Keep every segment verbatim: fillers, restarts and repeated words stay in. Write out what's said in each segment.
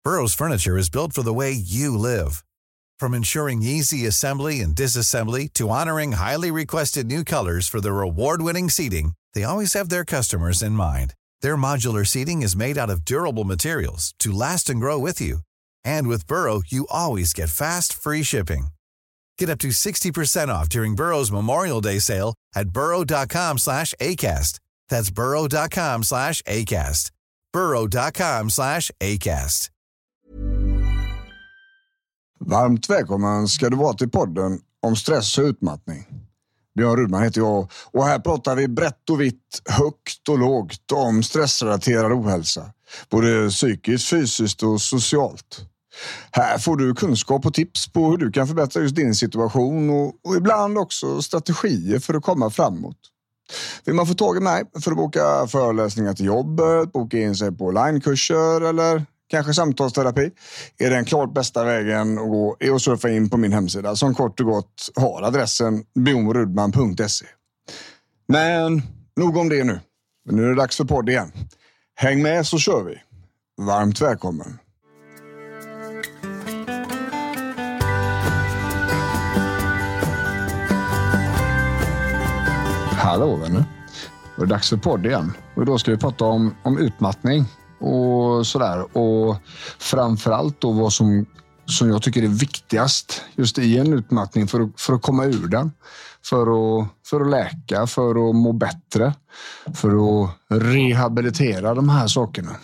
Burrow's furniture is built for the way you live. From ensuring easy assembly and disassembly to honoring highly requested new colors for their award-winning seating, they always have their customers in mind. Their modular seating is made out of durable materials to last and grow with you. And with Burrow, you always get fast, free shipping. Get up to sixty percent off during Burrow's Memorial Day sale at burrow.com slash ACAST. That's burrow.com slash ACAST. burrow.com slash ACAST. Varmt välkommen ska du vara till podden om stress och utmattning. Björn Rudman heter jag och här pratar vi brett och vitt, högt och lågt om stressrelaterad ohälsa. Både psykiskt, fysiskt och socialt. Här får du kunskap och tips på hur du kan förbättra just din situation och, och ibland också strategier för att komma framåt. Vill man få tag i mig för att boka föreläsningar till jobbet, boka in sig på onlinekurser eller kanske samtalsterapi, är den klart bästa vägen att gå är att surfa in på min hemsida som kort och gott har adressen bjorn rudman punkt se. Men nog om det nu. Nu är det dags för podd igen. Häng med så kör vi. Varmt välkommen. Hallå vänner. Det är dags för podd igen. Och då ska vi prata om, om utmattning och sådär. Och framförallt då vad som, som jag tycker är viktigast just i en utmattning för att, för att komma ur den. För att, för att läka, för att må bättre. För att rehabilitera de här sakerna.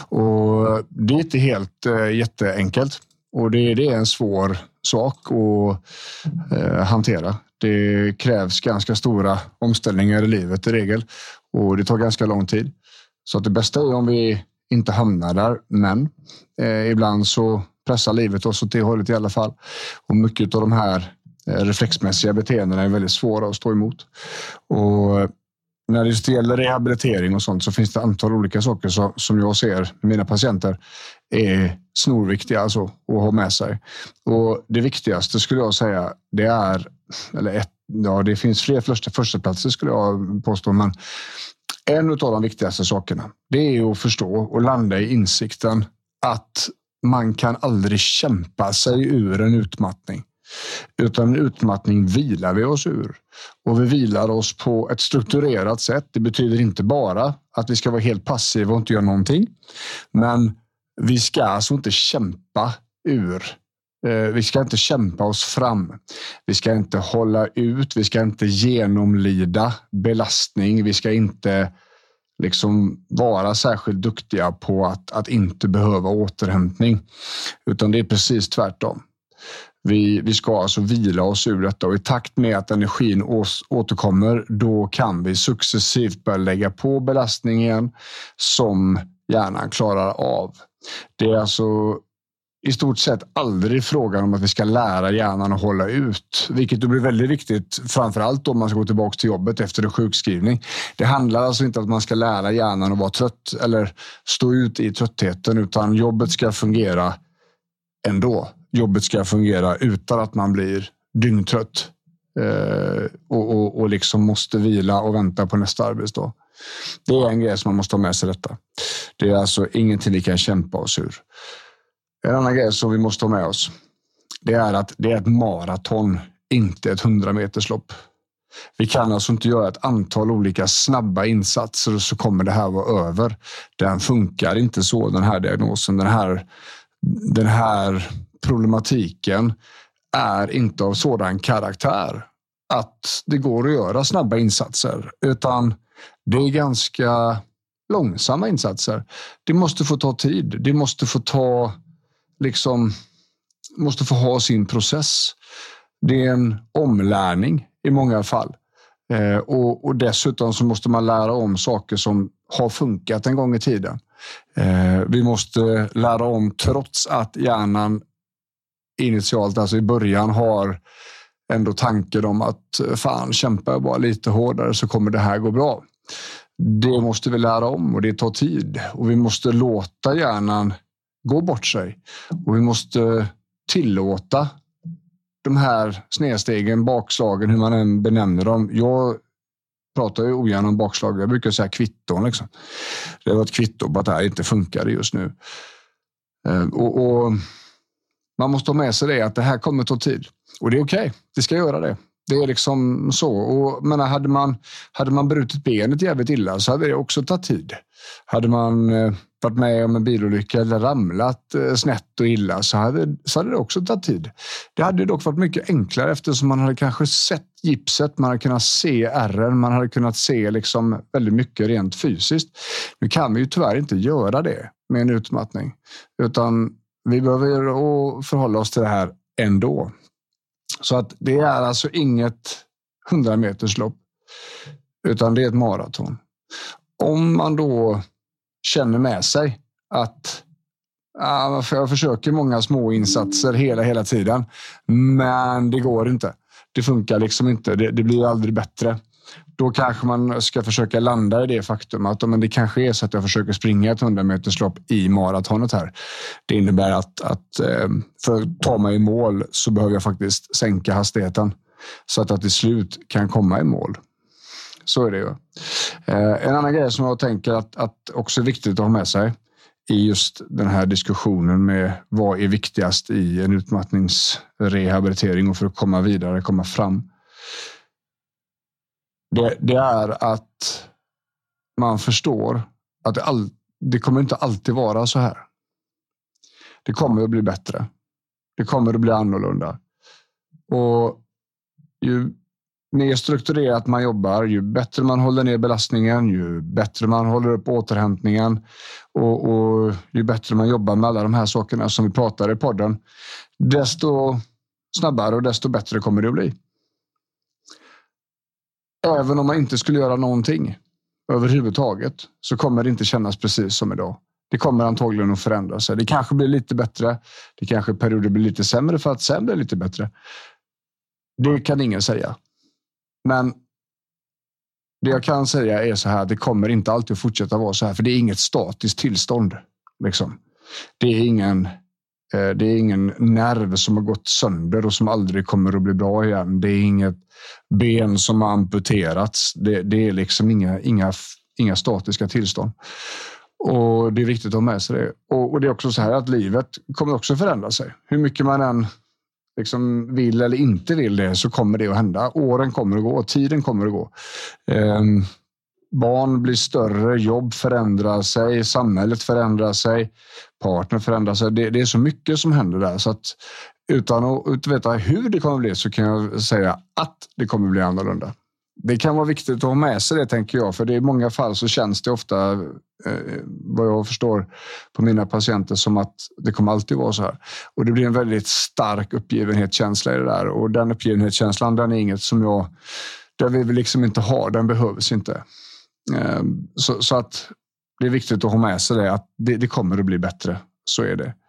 Och det är inte helt äh, jätteenkelt. Och det, det är en svår sak att äh, hantera. Det krävs ganska stora omställningar i livet i regel. Och det tar ganska lång tid. Så att det bästa är om vi inte hamnar där. Men eh, ibland så pressar livet oss åt det hållet i alla fall. Och mycket av de här eh, reflexmässiga beteendena är väldigt svåra att stå emot. Och när det gäller rehabilitering och sånt så finns det ett antal olika saker så, som jag ser med mina patienter är snorviktiga alltså, att ha med sig. Och det viktigaste skulle jag säga det är, eller ett, ja det finns fler första, första platser skulle jag påstå, men en av de viktigaste sakerna det är att förstå och landa i insikten att man kan aldrig kämpa sig ur en utmattning. Utan utmattning vilar vi oss ur. Och vi vilar oss på ett strukturerat sätt. Det betyder inte bara att vi ska vara helt passiva och inte göra någonting. Men vi ska alltså inte kämpa ur. Vi ska inte kämpa oss fram. Vi ska inte hålla ut. Vi ska inte genomlida belastning. Vi ska inte liksom vara särskilt duktiga på att, att inte behöva återhämtning. Utan det är precis tvärtom. Vi, vi ska alltså vila oss ur detta och i takt med att energin ås, återkommer då kan vi successivt börja lägga på belastning igen som hjärnan klarar av. Det är alltså i stort sett aldrig frågan om att vi ska lära hjärnan att hålla ut. Vilket då blir väldigt viktigt framförallt om man ska gå tillbaka till jobbet efter en sjukskrivning. Det handlar alltså inte om att man ska lära hjärnan att vara trött eller stå ut i tröttheten utan jobbet ska fungera ändå. Jobbet ska fungera utan att man blir dyngtrött eh, och, och, och liksom måste vila och vänta på nästa arbetsdag. Det är en grej som man måste ha med sig detta. Det är alltså ingenting vi kan kämpa oss ur. En annan grej som vi måste ha med oss det är att det är ett maraton, inte ett hundra meterslopp. Vi kan alltså inte göra ett antal olika snabba insatser och så kommer det här vara över. Den funkar inte så, den här diagnosen, den här, den här problematiken är inte av sådan karaktär att det går att göra snabba insatser utan det är ganska långsamma insatser. Det måste få ta tid. Det måste få ta liksom måste få ha sin process. Det är en omlärning i många fall. Eh, och, och dessutom så måste man lära om saker som har funkat en gång i tiden. Eh, vi måste lära om trots att hjärnan initialt, alltså i början har ändå tanken om att fan, kämpa jag bara lite hårdare så kommer det här gå bra. Det måste vi lära om och det tar tid. Och vi måste låta hjärnan gå bort sig. Och vi måste tillåta de här snedstegen, bakslagen, hur man än benämner dem. Jag pratar ju ogärna om bakslag. Jag brukar säga kvitton liksom. Det var ett kvitto på att det här inte funkar just nu. Och, och man måste ha med sig det att det här kommer ta tid. Och det är okej, okay. Det ska göra det. Det är liksom så. Och, men hade man, hade man brutit benet jävligt illa så hade det också tagit tid. Hade man eh, varit med om en bilolycka eller ramlat eh, snett och illa så hade, så hade det också tagit tid. Det hade dock varit mycket enklare eftersom man hade kanske sett gipset, man hade kunnat se ärren, man hade kunnat se liksom väldigt mycket rent fysiskt. Nu kan vi ju tyvärr inte göra det med en utmattning. Utan vi behöver förhålla oss till det här ändå. Så att det är alltså inget hundra meters lopp utan det är ett maraton. Om man då känner med sig att ja, jag försöker många små insatser hela hela tiden men det går inte. Det funkar liksom inte. Det, det blir aldrig bättre. Då kanske man ska försöka landa i det faktum att men det kanske är så att jag försöker springa ett hundra meters lopp i maratonet här. Det innebär att, att för att ta mig i mål så behöver jag faktiskt sänka hastigheten så att jag till slut kan komma i mål. Så är det ju. En annan grej som jag tänker att, att också är viktigt att ha med sig i just den här diskussionen med vad är viktigast i en utmattningsrehabilitering och för att komma vidare, komma fram. Det, det är att man förstår att det, all, det kommer inte alltid vara så här. Det kommer att bli bättre. Det kommer att bli annorlunda. Och ju mer strukturerat man jobbar, ju bättre man håller ner belastningen, ju bättre man håller upp återhämtningen och, och ju bättre man jobbar med alla de här sakerna som vi pratar i podden, desto snabbare och desto bättre kommer det att bli. Även om man inte skulle göra någonting överhuvudtaget så kommer det inte kännas precis som idag. Det kommer antagligen att förändra sig. Det kanske blir lite bättre. Det kanske perioder blir lite sämre för att sen blir lite bättre. Det kan ingen säga. Men det jag kan säga är så här. Det kommer inte alltid att fortsätta vara så här. För det är inget statiskt tillstånd. Liksom. Det är ingen... Det är ingen nerv som har gått sönder och som aldrig kommer att bli bra igen. Det är inget ben som har amputerats. Det, det är liksom inga, inga, inga statiska tillstånd. Och det är viktigt att ha med sig det. Och, och det är också så här att livet kommer också förändra sig. Hur mycket man än liksom vill eller inte vill det så kommer det att hända. Åren kommer att gå, tiden kommer att gå. Um, Barn blir större, jobb förändrar sig, samhället förändrar sig, partner förändrar sig. Det, det är så mycket som händer där så att utan att veta hur det kommer bli så kan jag säga att det kommer bli annorlunda. Det kan vara viktigt att ha med sig det tänker jag, för det i många fall så känns det ofta eh, vad jag förstår på mina patienter som att det kommer alltid vara så här. Och det blir en väldigt stark uppgivenhetskänsla i det där och den uppgivenhetskänslan den är inget som jag, där vi vill liksom inte ha, den behövs inte. Så, så att det är viktigt att ha med sig det att det, det kommer att bli bättre. Så är det.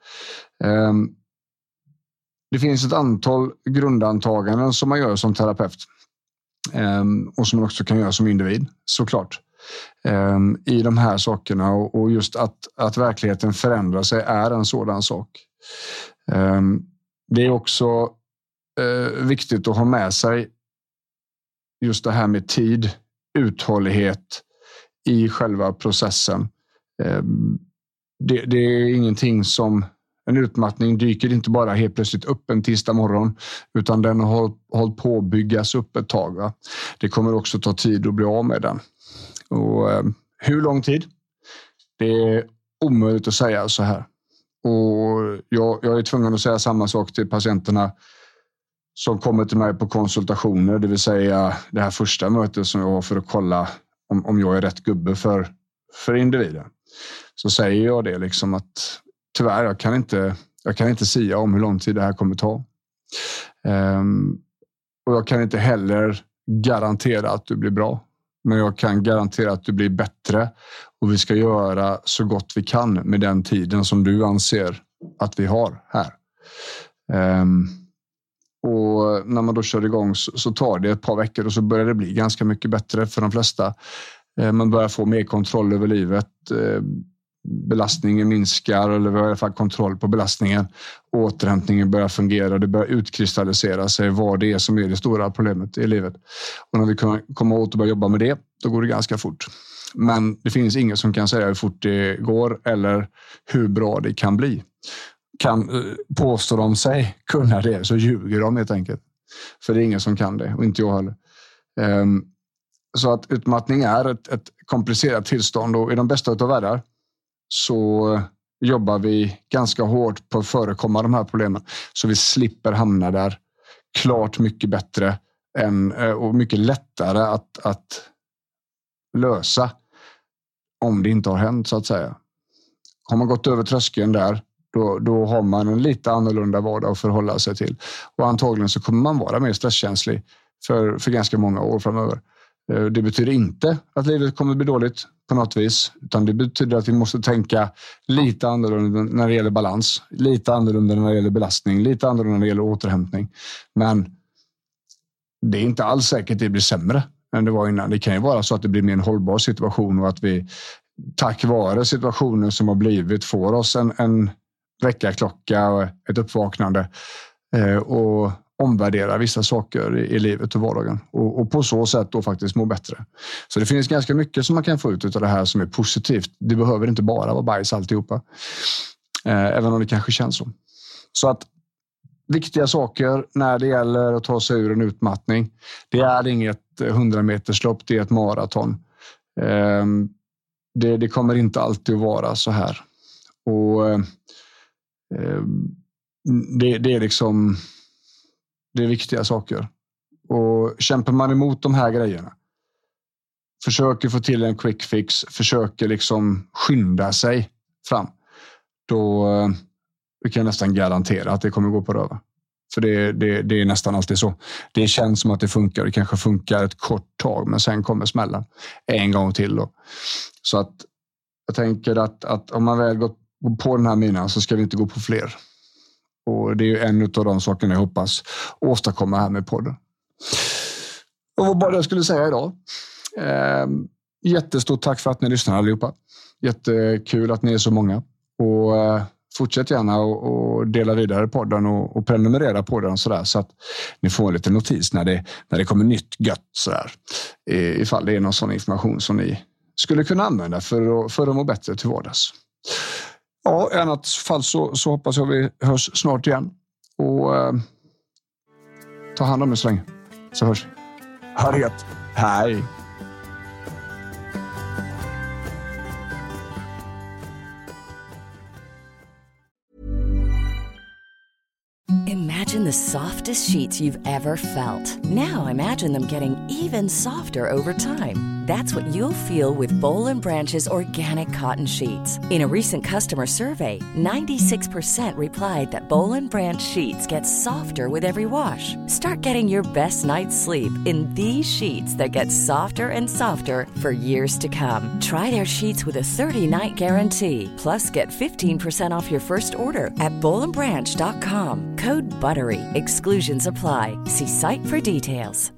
Det finns ett antal grundantaganden som man gör som terapeut och som man också kan göra som individ, såklart. I de här sakerna och just att, att verkligheten förändrar sig är en sådan sak. Det är också viktigt att ha med sig just det här med tid, uthållighet i själva processen. Det, det är ingenting som en utmattning dyker inte bara helt plötsligt upp en tisdag morgon utan den har hållit på att byggas upp ett tag. Va? Det kommer också ta tid att bli av med den. Och eh, hur lång tid? Det är omöjligt att säga så här. Och jag, jag är tvungen att säga samma sak till patienterna som kommer till mig på konsultationer, det vill säga det här första mötet som jag har för att kolla om, om jag är rätt gubbe för, för individen. Så säger jag det liksom att tyvärr, jag kan inte, jag kan inte säga om hur lång tid det här kommer ta. Um, och jag kan inte heller garantera att du blir bra. Men jag kan garantera att du blir bättre och vi ska göra så gott vi kan med den tiden som du anser att vi har här. Um, Och när man då kör igång så, så tar det ett par veckor och så börjar det bli ganska mycket bättre för de flesta. Eh, man börjar få mer kontroll över livet. Eh, belastningen minskar eller vi har i alla fall kontroll på belastningen. Återhämtningen börjar fungera. Det börjar utkristallisera sig vad det är som är det stora problemet i livet. Och när vi kan komma åt och börja jobba med det då går det ganska fort. Men det finns ingen som kan säga hur fort det går eller hur bra det kan bli. Kan påstå de sig kunna det, så ljuger de helt enkelt. För det är ingen som kan det, och inte jag heller. Um, så att utmattning är ett, ett komplicerat tillstånd, och i de bästa utav världar så jobbar vi ganska hårt på att förekomma de här problemen, så vi slipper hamna där klart mycket bättre än, och mycket lättare att, att lösa om det inte har hänt, så att säga. Har man gått över tröskeln där, då, då har man en lite annorlunda vardag att förhålla sig till, och antagligen så kommer man vara mer stresskänslig för, för ganska många år framöver. Det betyder inte att livet kommer bli dåligt på något vis, utan det betyder att vi måste tänka lite annorlunda när det gäller balans, lite annorlunda när det gäller belastning, lite annorlunda när det gäller återhämtning. Men det är inte alls säkert att det blir sämre än det var innan. Det kan ju vara så att det blir mer en hållbar situation, och att vi tack vare situationen som har blivit får oss en, en väckarklocka och ett uppvaknande eh, och omvärdera vissa saker i, i livet och vardagen, och, och på så sätt då faktiskt må bättre. Så det finns ganska mycket som man kan få ut av det här som är positivt. Det behöver inte bara vara bajs alltihopa, eh, även om det kanske känns så. Så att viktiga saker när det gäller att ta sig ur en utmattning, det är inget hundrameterslopp, det är ett maraton. Eh, det, det kommer inte alltid att vara så här, och eh, det, det är liksom det är viktiga saker. Och kämpar man emot de här grejerna, försöker få till en quick fix, försöker liksom skynda sig fram, då vi kan nästan garantera att det kommer gå på röva. För det, det, det är nästan alltid så. Det känns som att det funkar. Det kanske funkar ett kort tag, men sen kommer smällan en gång till då. Så att jag tänker att, att om man väl går på den här minan, så ska vi inte gå på fler. Och det är ju en av de sakerna jag hoppas åstadkomma här med podden. Och vad bara jag skulle säga idag. Eh, jättestort tack för att ni lyssnar allihopa. Jättekul att ni är så många. Och eh, fortsätt gärna och, och dela vidare podden och, och prenumerera på den sådär, så att ni får en liten notis när det, när det kommer nytt gött sådär. Ifall det är någon sån information som ni skulle kunna använda för att, för att må bättre till vardags. Ja, i annat fall så, så hoppas jag vi hörs snart igen. Och eh, ta hand om er så länge. Så hörs vi. Ha det gött. Hej! Imagine the softest sheets you've ever felt. Now imagine them getting even softer over time. That's what you'll feel with Boll and Branch's organic cotton sheets. In a recent customer survey, ninety-six percent replied that Boll and Branch sheets get softer with every wash. Start getting your best night's sleep in these sheets that get softer and softer for years to come. Try their sheets with a thirty-night guarantee. Plus, get fifteen percent off your first order at boll and branch dot com. Code BUTTERY. Exclusions apply. See site for details.